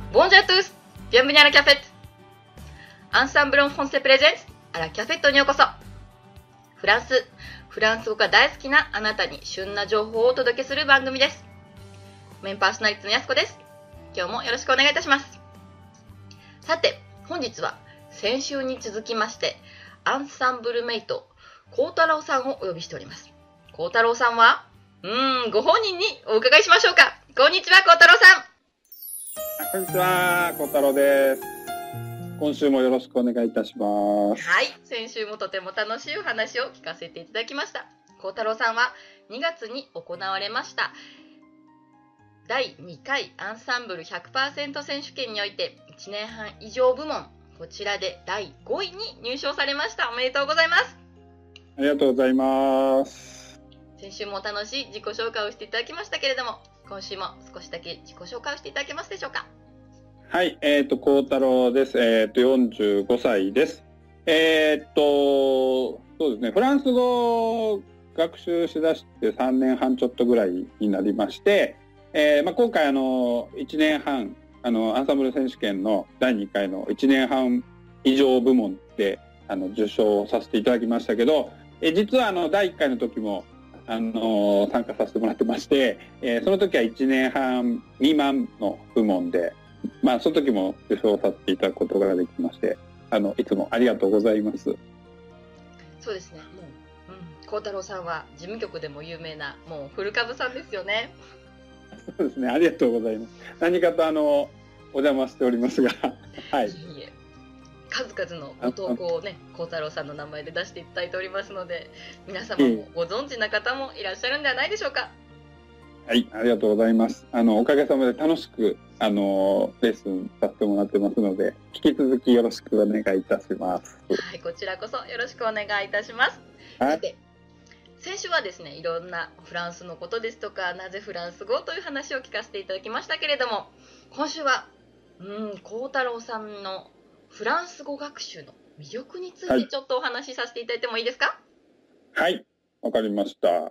Bonjour à tous! Bienvenue à la cafette! Ensemble en français présente à la cafetteにようこそ。フランス語が大好きなあなたに旬な情報をお届けする番組です。メインパーソナリティのやすこです。今日もよろしくお願いいたします。さて、本日は先週に続きまして、アンサンブルメイト、幸太郎さんをお呼びしております。幸太郎さんは、ご本人にお伺いしましょうか。こんにちは、幸太郎さん。 こんにちは、幸太郎です。今週もよろしくお願いいたします。 はい、先週もとても楽しいお話を聞かせていただきました。幸太郎さんは2月に行われました第2回アンサンブル 100% 選手権において1年半以上部門、こちらで第5位に入賞されました。おめでとうございます。 ありがとうございます。 先週も楽しい自己紹介をしていただきましたけれども、今週も少しだけ自己紹介をしていただけますでしょうか。 はい、幸太郎です。45歳です。そうですね、フランス語を学習しだして3年半ちょっとぐらいになりまして、今回1年半、アンサンブル選手権の第2回の1年半以上部門で、受賞させていただきましたけど、実は第1回の時も、参加させてもらってまして、その時は1年半未満の部門で、その時も受賞させていただくことができまして、いつもありがとうございます。 そうですね、幸太郎さんは事務局でも有名な、もう古株さんですよね。 そうですね、ありがとうございます。何かとお邪魔しておりますが、はい。 いえ、数々のご投稿をね、幸太郎さんの名前で出していただいておりますので、皆様もご存知な方もいらっしゃるんではないでしょうか。 はい、ありがとうございます。おかげさまで楽しく、レッスンさせてもらってますので、引き続きよろしくお願いいたします。 はい、こちらこそよろしくお願いいたします。 はい、 さて、先週はですね、いろんなフランスのことですとか、なぜフランス語という話を聞かせていただきましたけれども、今週は、幸太郎さんのフランス語学習の魅力についてちょっとお話しさせていただいてもいいですか？ はい、わかりました。はい。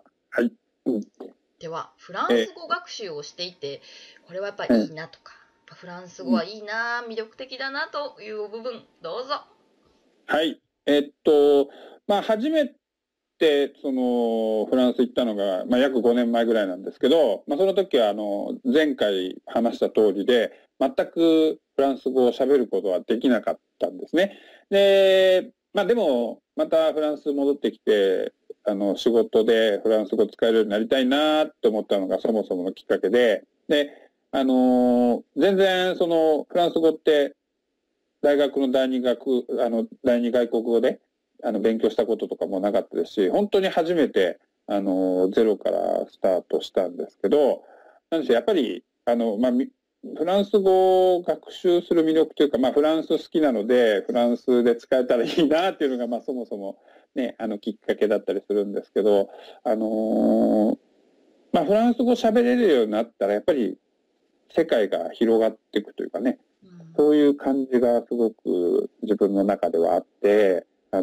では、フランス語学習をしていて、これはやっぱりいいなとか、フランス語はいいな、魅力的だなという部分、どうぞ。 はい。初めて、フランス行ったのが、約5年前ぐらいなんですけど、その時は、前回話した通りで、全くフランス語を喋ることはできなかったんですね。で、でも、またフランス戻ってきて、仕事でフランス語使えるようになりたいなと思ったのがそもそものきっかけで、全然フランス語って大学の第二外国語で勉強したこととかもなかったですし、本当に初めてゼロからスタートしたんですけど、なんでしょう、やっぱりフランス語を学習する魅力というか、フランス好きなのでフランスで使えたらいいなっていうのが、そもそもね、きっかけだったりするんですけど、フランス語喋れるようになったらやっぱり世界が広がっていくというかね、そういう感じがすごく自分の中ではあって、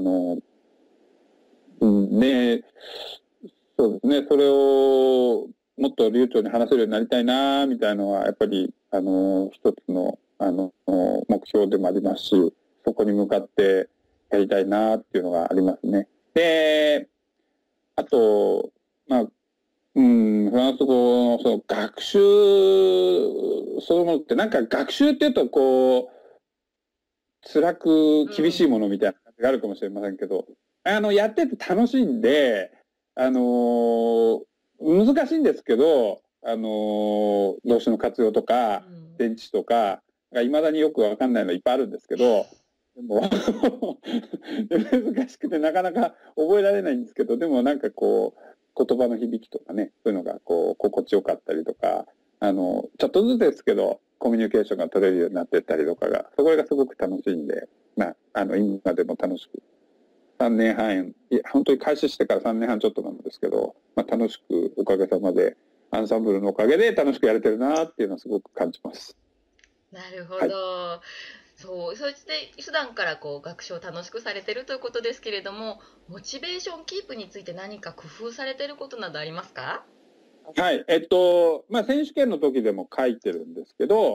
そうですね、それをもっと流暢に話せるようになりたいなみたいなのはやっぱり一つの目標でもありますし、そこに向かってやりたいなっていうのがありますね。で、あとフランス語のその学習そのものってなんか学習っていうとこう辛く厳しいものみたいな感じがあるかもしれませんけど、やってて楽しいんで、難しいんですけど、動詞の活用とか、電池とかが未だによくわかんないのいっぱいあるんですけど、でも難しくてなかなか覚えられないんですけど、でもなんかこう言葉の響きとかね、そういうのがこう心地よかったりとか、ちょっとずつですけどコミュニケーションが取れるようになっていったりとかが、それがすごく楽しいんで、今でも楽しく3年半、本当に開始してから3年半ちょっとなんですけど、楽しくおかげさまでアンサンブルのおかげで楽しくやれてるなっていうのはすごく感じます。 なるほど、はい、そして普段から学習を楽しくされてるということですけれども、モチベーションキープについて何か工夫されてることなどありますか？ はい、選手権の時でも書いてるんですけど、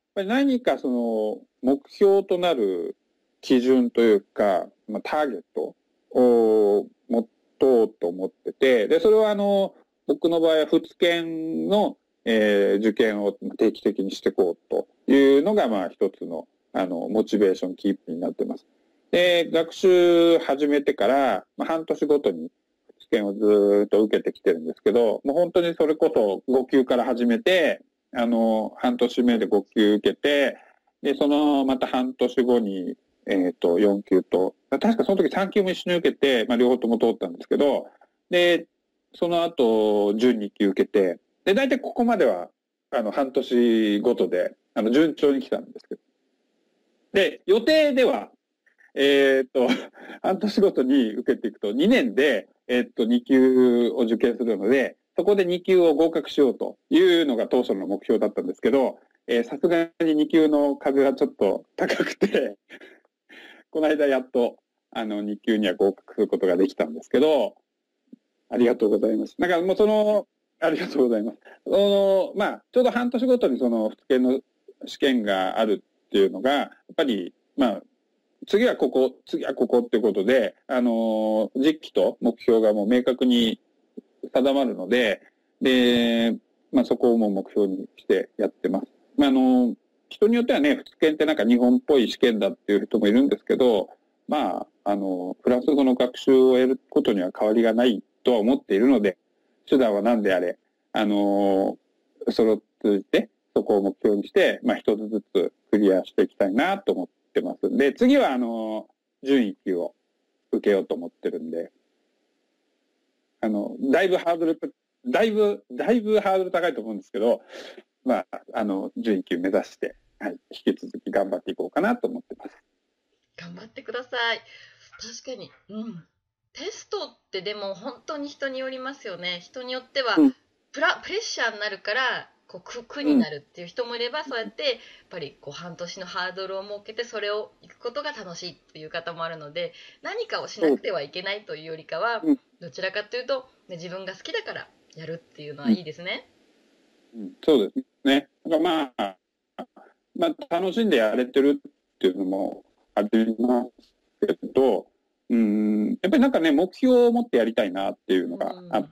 ぱり何かその目標となる基準というか、ターゲットを持とうと思ってて、で、それは僕の場合は仏研の、受験を定期的にしていこうというのが、一つの、モチベーションキープになってます。で、学習始めてから、半年ごとに試験をずっと受けてきてるんですけど、もう本当にそれこそ5級から始めて、半年目で5級受けて、で、また半年後に、4級と、確かその時3級も一緒に受けて、両方とも通ったんですけど、で、その後、準2級受けて、で、大体ここまでは、半年ごとで、順調に来たんですけど。で、予定では、半年ごとに受けていくと、2年で、2級を受験するので、そこで2級を合格しようというのが当初の目標だったんですけど、さすがに2級の壁がちょっと高くて、この間やっと、2級には合格することができたんですけど、ありがとうございます。だからもうありがとうございます。ちょうど半年ごとに仏研の試験があるっていうのが、やっぱり、次はここっていうことで、時期と目標がもう明確に定まるので、で、そこをもう目標にしてやってます。人によってはね、仏研ってなんか日本っぽい試験だっていう人もいるんですけど、フランス語の学習を得ることには変わりがないとは思っているので、手段は何であれ、それを通じて、そこを目標にして、一つずつクリアしていきたいなと思ってますんで、次は、準1級を受けようと思ってるんで、だいぶハードル高いと思うんですけど、準1級目指して、はい、引き続き頑張っていこうかなと思ってます。 頑張ってください。確かに。うん。テストってでも本当に人によりますよね。人によっては、プレッシャーになるから、苦になるっていう人もいれば、そうやって、やっぱり半年のハードルを設けて、それを行くことが楽しいっていう方もあるので、何かをしなくてはいけないというよりかは、どちらかというと、自分が好きだからやるっていうのはいいですね。 そうですね。楽しんでやれてるっていうのもありますけど、やっぱりなんかね、目標を持ってやりたいなっていうのがあって、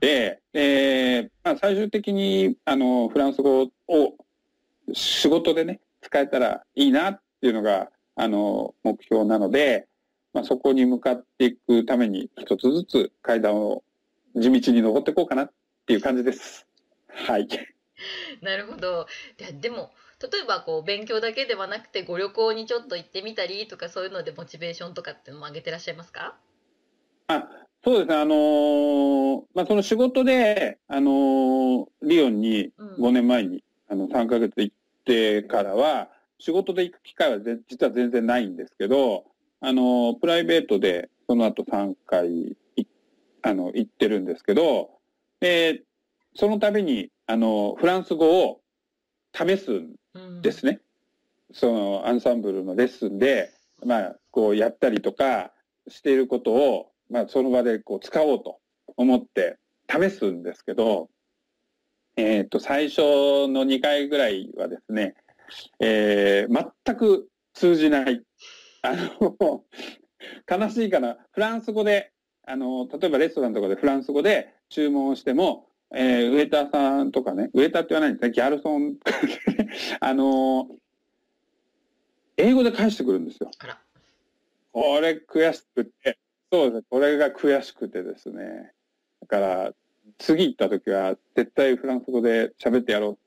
最終的に、フランス語を仕事でね、使えたらいいなっていうのが、目標なので、そこに向かっていくために一つずつ階段を地道に登っていこうかなっていう感じです。はい。 なるほど。でも、例えば勉強だけではなくてご旅行にちょっと行ってみたりとかそういうのでモチベーションとかっていうのも上げてらっしゃいますか？ そうですね。その仕事で、リヨンに5年前に、3ヶ月行ってからは、仕事で行く機会は実は全然ないんですけど、プライベートでその後3回行ってるんですけど、その度に、フランス語を試すんですね。そのアンサンブルのレッスンで、やったりとかしていることを、その場で使おうと思って試すんですけど、最初の2回ぐらいはですね、全く通じない。悲しいかな。フランス語で、例えばレストランとかでフランス語で注文をしても、ウェイターさんとかね、ウェイターって言わないんですね、ギャルソン英語で返してくるんですよ。これ悔しくて、そうですね、これが悔しくてですね。だから、次行った時は絶対フランス語で喋ってやろうって、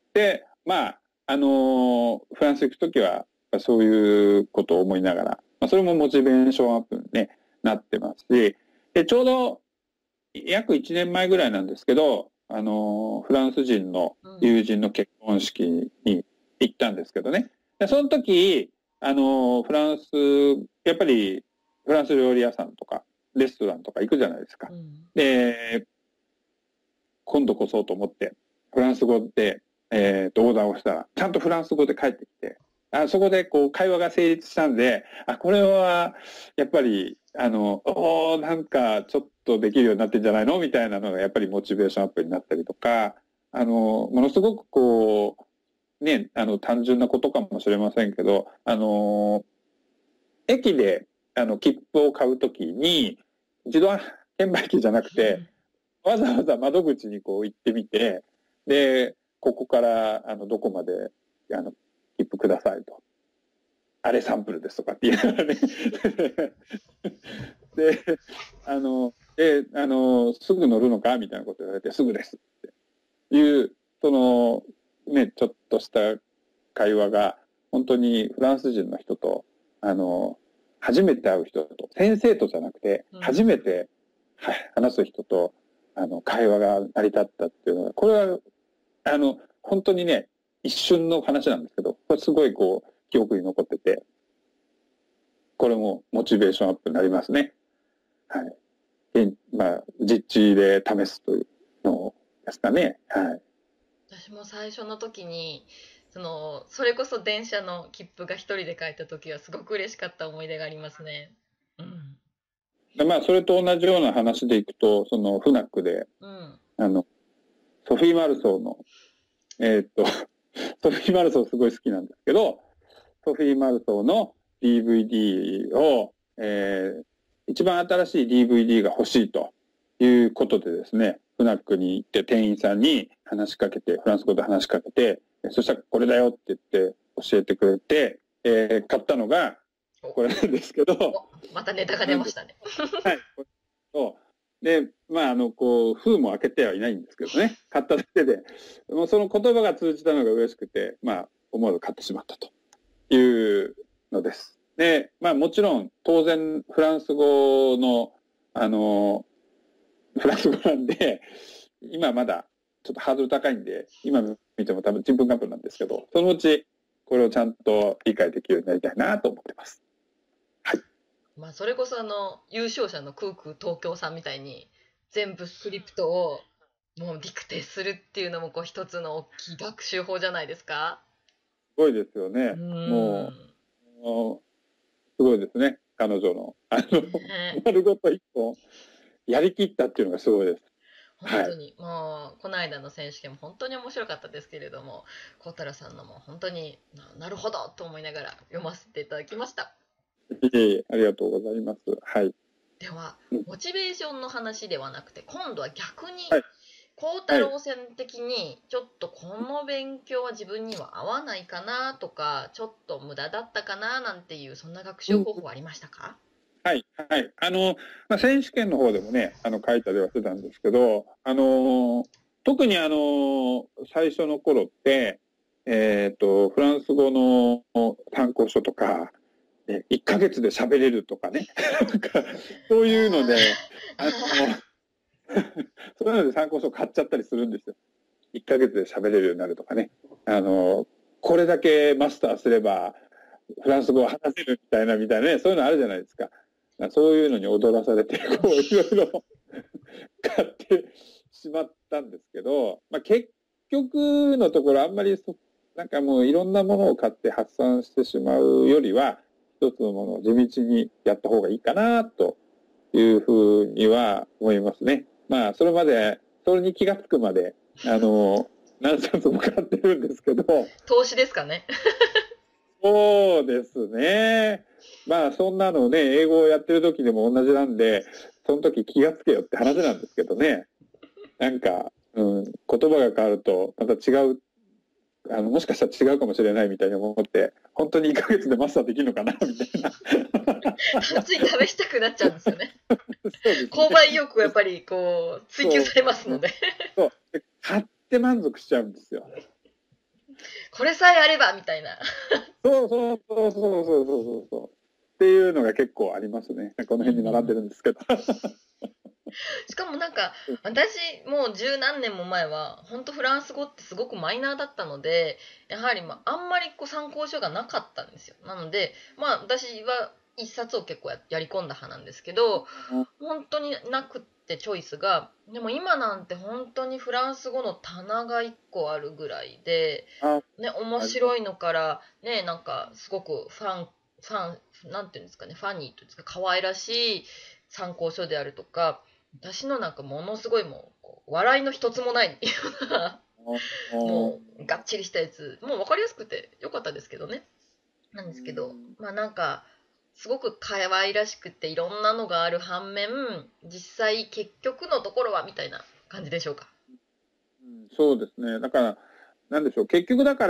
フランス行く時はそういうことを思いながら、それもモチベーションアップに、ね、なってますし、で、ちょうど約1年前ぐらいなんですけど、フランス人の友人の結婚式に行ったんですけどね。でその時、フランス、やっぱりフランス料理屋さんとか、レストランとか行くじゃないですか。で、今度こそと思って、フランス語で、オーダーをしたら、ちゃんとフランス語で帰ってきて、そこで会話が成立したんで、これは、やっぱり、なんかちょっとできるようになってんじゃないのみたいなのが、やっぱりモチベーションアップになったりとか、ものすごくね、単純なことかもしれませんけど、駅で、切符を買うときに、自動券売機じゃなくて、わざわざ窓口にこう行ってみて、で、ここから、どこまで、切符くださいと。あれサンプルですとかって言いながらね。で、すぐ乗るのかみたいなこと言われて、すぐですっていう、ね、ちょっとした会話が、本当にフランス人の人と、初めて会う人と、先生とじゃなくて、初めて話す人と、会話が成り立ったっていうのは、これは、本当にね、一瞬の話なんですけど、これすごいこう、記憶に残ってて、これもモチベーションアップになりますね。はい。まあ、実地で試すというのですかね。はい。 私も最初の時にそれこそ電車の切符が一人で買えた時はすごく嬉しかった思い出がありますね。うん。 でまあ、それと同じような話でいくと、フナックで、 うん。 ソフィー・マルソーの、ソフィー・マルソーすごい好きなんですけど、ソフィー・マルソーの DVD を、一番新しい DVD が欲しいということでですね、フナックに行って店員さんに話しかけて、フランス語で話しかけて、そしたらこれだよって言って教えてくれて、買ったのがこれなんですけど、 またネタが出ましたね。 はい。で、まあ、封も開けてはいないんですけどね、買っただけで、もうその言葉が通じたのが嬉しくて、まあ、思わず買ってしまったというのです。で、まあ、もちろん、当然、フランス語の、フランス語なんで、今まだちょっとハードル高いんで、今見ても多分ちんぷんかんぷんなんですけど、そのうちこれをちゃんと理解できるようになりたいなと思ってます。はい。 まあそれこそ優勝者のクーク東京さんみたいに全部スクリプトをもうディクテするっていうのもこう一つの大きい学習法じゃないですか。 すごいですよね。もう、すごいですね。彼女の、丸ごと一本やりきったっていうのがすごいです。 本当に、もうこの間の選手権も本当に面白かったですけれども、小太郎さんのも本当になるほどと思いながら読ませていただきました。 ありがとうございます。はい。 では、モチベーションの話ではなくて、今度は逆に、孝太郎さん的にちょっとこの勉強は自分には合わないかなとか、ちょっと無駄だったかななんていうそんな学習方法ありましたか？ はい、はい。まあ、選手権の方でもね、書いたりはしてたんですけど、特に最初の頃って、フランス語の参考書とか、1ヶ月で喋れるとかね、そういうので、そういうので参考書買っちゃったりするんですよ。1ヶ月で喋れるようになるとかね。これだけマスターすれば、フランス語を話せるみたいなね、そういうのあるじゃないですか。そういうのに踊らされて、こう、いろいろ買ってしまったんですけど、まあ、結局のところあんまりなんかもういろんなものを買って発散してしまうよりは、一つのものを地道にやった方がいいかな、というふうには思いますね。まあ、それまで、それに気がつくまで、何冊も買ってるんですけど。 投資ですかね。 そうですね。まあ、そんなのね、英語をやってる時でも同じなんで、その時気がつけよって話なんですけどね。なんか、言葉が変わると、また違う、もしかしたら違うかもしれないみたいに思って、本当に1ヶ月でマスターできるのかなみたいな。 つい試したくなっちゃうんですよね。購買意欲がやっぱりこう追求されますので。 そうで買って満足しちゃうんですよ。 これさえあればみたいな。 そうっていうのが結構ありますね。この辺に並んでるんですけど。 しかもなんか私もう十何年も前は本当フランス語ってすごくマイナーだったので、やはりあんまりこう参考書がなかったんですよ。なので私は一冊を結構やり込んだ派なんですけど、本当になくってチョイスが。でも今なんて本当にフランス語の棚が1個あるぐらいで、ね、面白いのからね、なんかすごくなんていうんですかね、ファニーというんですか、可愛らしい参考書であるとか、私のなんかものすごいもう笑いの一つもないようなもうがっちりしたやつ、もう分かりやすくてよかったですけどね。なんですけど、まあなんかすごく可愛らしくていろんなのがある反面、実際結局のところはみたいな感じでしょうか。 そうですね。だから、なんでしょう。結局だから、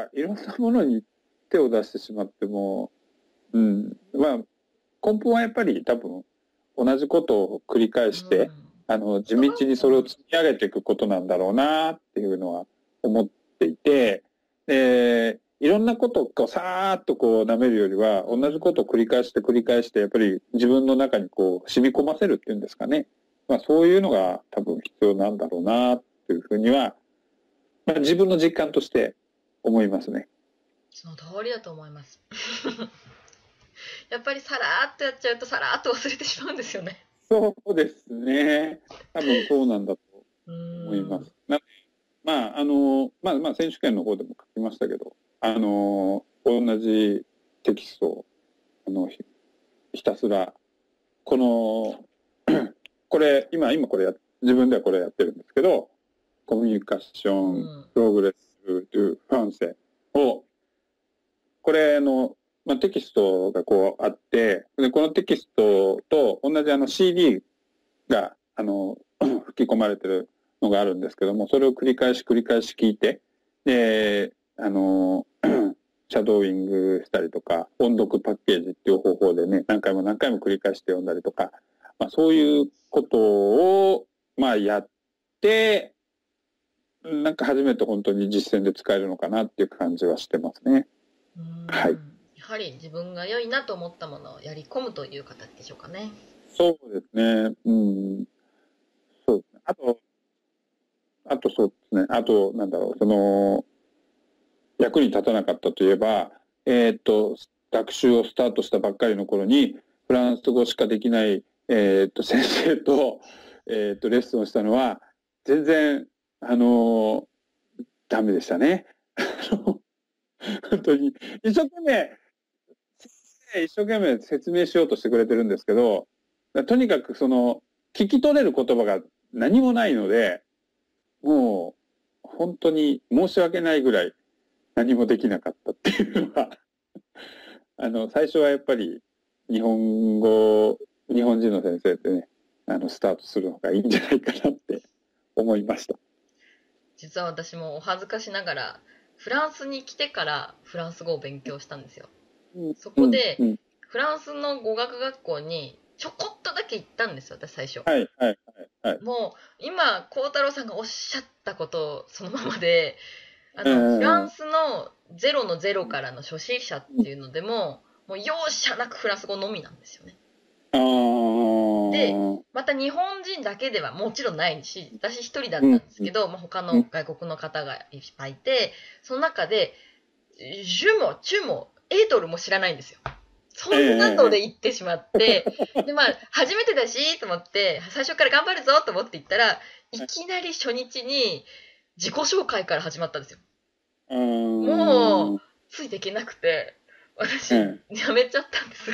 いろんなものに手を出してしまっても、まあ、根本はやっぱり多分、同じことを繰り返して、地道にそれを積み上げていくことなんだろうな、っていうのは思っていて、いろんなことをこうさーっとこう舐めるよりは、同じことを繰り返して繰り返して、やっぱり自分の中にこう染み込ませるっていうんですかね。まあそういうのが多分必要なんだろうな、っていうふうには、まあ、自分の実感として思いますね。 その通りだと思います。やっぱりさらーっとやっちゃうとさらーっと忘れてしまうんですよね。 そうですね。多分そうなんだと思います。まあ、選手権の方でも書きましたけど、同じテキストを、ひたすら、これ、今これ自分ではこれやってるんですけど、コミュニカーション、プログレス、ドゥ、フランセを、これの、まあ、テキストがこうあって、で、このテキストと同じCD が、吹き込まれてるのがあるんですけども、それを繰り返し聞いて、で、シャドーイングしたりとか、音読パッケージっていう方法でね、何回も繰り返して読んだりとか、まあ、そういうことを、まあ、やって、なんか初めて本当に実践で使えるのかなっていう感じはしてますね。はい。 やはり自分が良いなと思ったものをやり込むという形でしょうかね。 そうですね。そうですね。あとそうですね。あと、なんだろう、役に立たなかったといえば、学習をスタートしたばっかりの頃に、フランス語しかできない、先生と、レッスンをしたのは、全然、ダメでしたね。本当に、一生懸命説明しようとしてくれてるんですけど、とにかく聞き取れる言葉が何もないので、もう、本当に申し訳ないぐらい何もできなかったっていうのは、最初はやっぱり日本人の先生ってね、スタートするのがいいんじゃないかなって思いました。 実は私もお恥ずかしながら、フランスに来てからフランス語を勉強したんですよ。そこで、フランスの語学学校にちょこっとだけ行ったんですよ、私最初。もう、今、孝太郎さんがおっしゃったことそのままで、フランスの0の0からの初心者っていうのでも、もう容赦なくフランス語のみなんですよね。で、また日本人だけではもちろんないし、私一人だったんですけど、他の外国の方がいっぱいいて、その中で、ジュもチュもエートルも知らないんですよ。そんなので行ってしまって、で、まあ、初めてだし、と思って、最初から頑張るぞと思って行ったら、いきなり初日に自己紹介から始まったんですよ。もう、ついていけなくて、私、やめちゃったんです。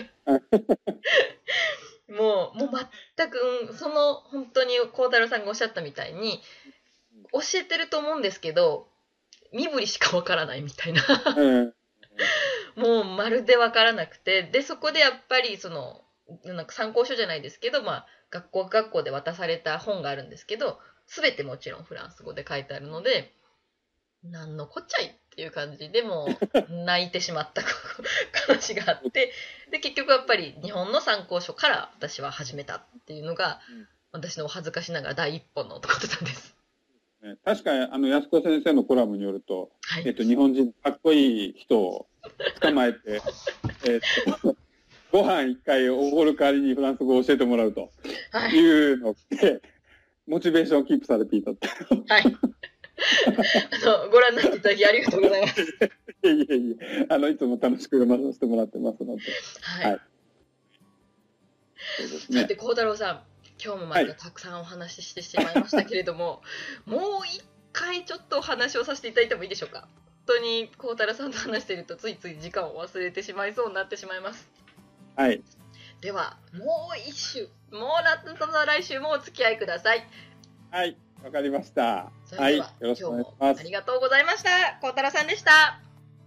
もう全く、本当に孝太郎さんがおっしゃったみたいに、教えてると思うんですけど、身振りしかわからないみたいな。もうまるでわからなくて、で、そこでやっぱりなんか参考書じゃないですけど、まあ、学校で渡された本があるんですけど、すべてもちろんフランス語で書いてあるので、なんのこっちゃいっていう感じでも泣いてしまった話があって、で、結局やっぱり日本の参考書から私は始めたっていうのが、私のお恥ずかしながら第一歩のことなんです。 確かに安子先生のコラムによると、日本人かっこいい人を捕まえて、ご飯一回おごる代わりにフランス語を教えてもらうというので、モチベーションをキープされていたって。 はい。ご覧になっていただきありがとうございます。いいつも楽しく読まさせてもらってますので。 はい。そうですね。さて、孝太郎さん。今日もまたたくさんお話ししてしまいましたけれども、もう一回ちょっとお話をさせていただいてもいいでしょうか。本当に孝太郎さんと話しているとついつい時間を忘れてしまいそうになってしまいます。 はい。 では、もう一週、もう来週もお付き合いください。 はい。 わかりました。 それでは、 よろしくお願いし今日もます。 ありがとうございました。孝太郎さんでした。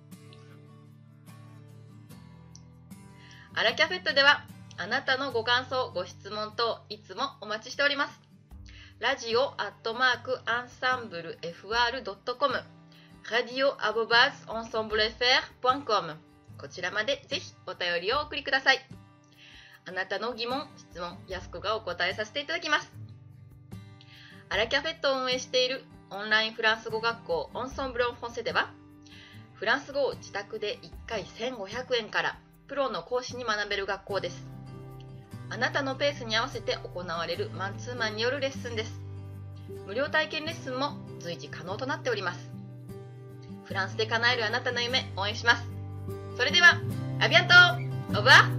アラキャフェットでは、あなたのご感想、ご質問等いつもお待ちしております。ラジオ@ensemblefr.com radio@ensemblefr.com こちらまでぜひお便りをお送りください。あなたの疑問、質問、やすこがお答えさせていただきます。アラキャフェットを運営しているオンラインフランス語学校オンソンブロンフォンセでは、フランス語を自宅で1回1500円からプロの講師に学べる学校です。あなたのペースに合わせて行われるマンツーマンによるレッスンです。無料体験レッスンも随時可能となっております。フランスで叶えるあなたの夢、応援します。それでは、アビアント、オーバー。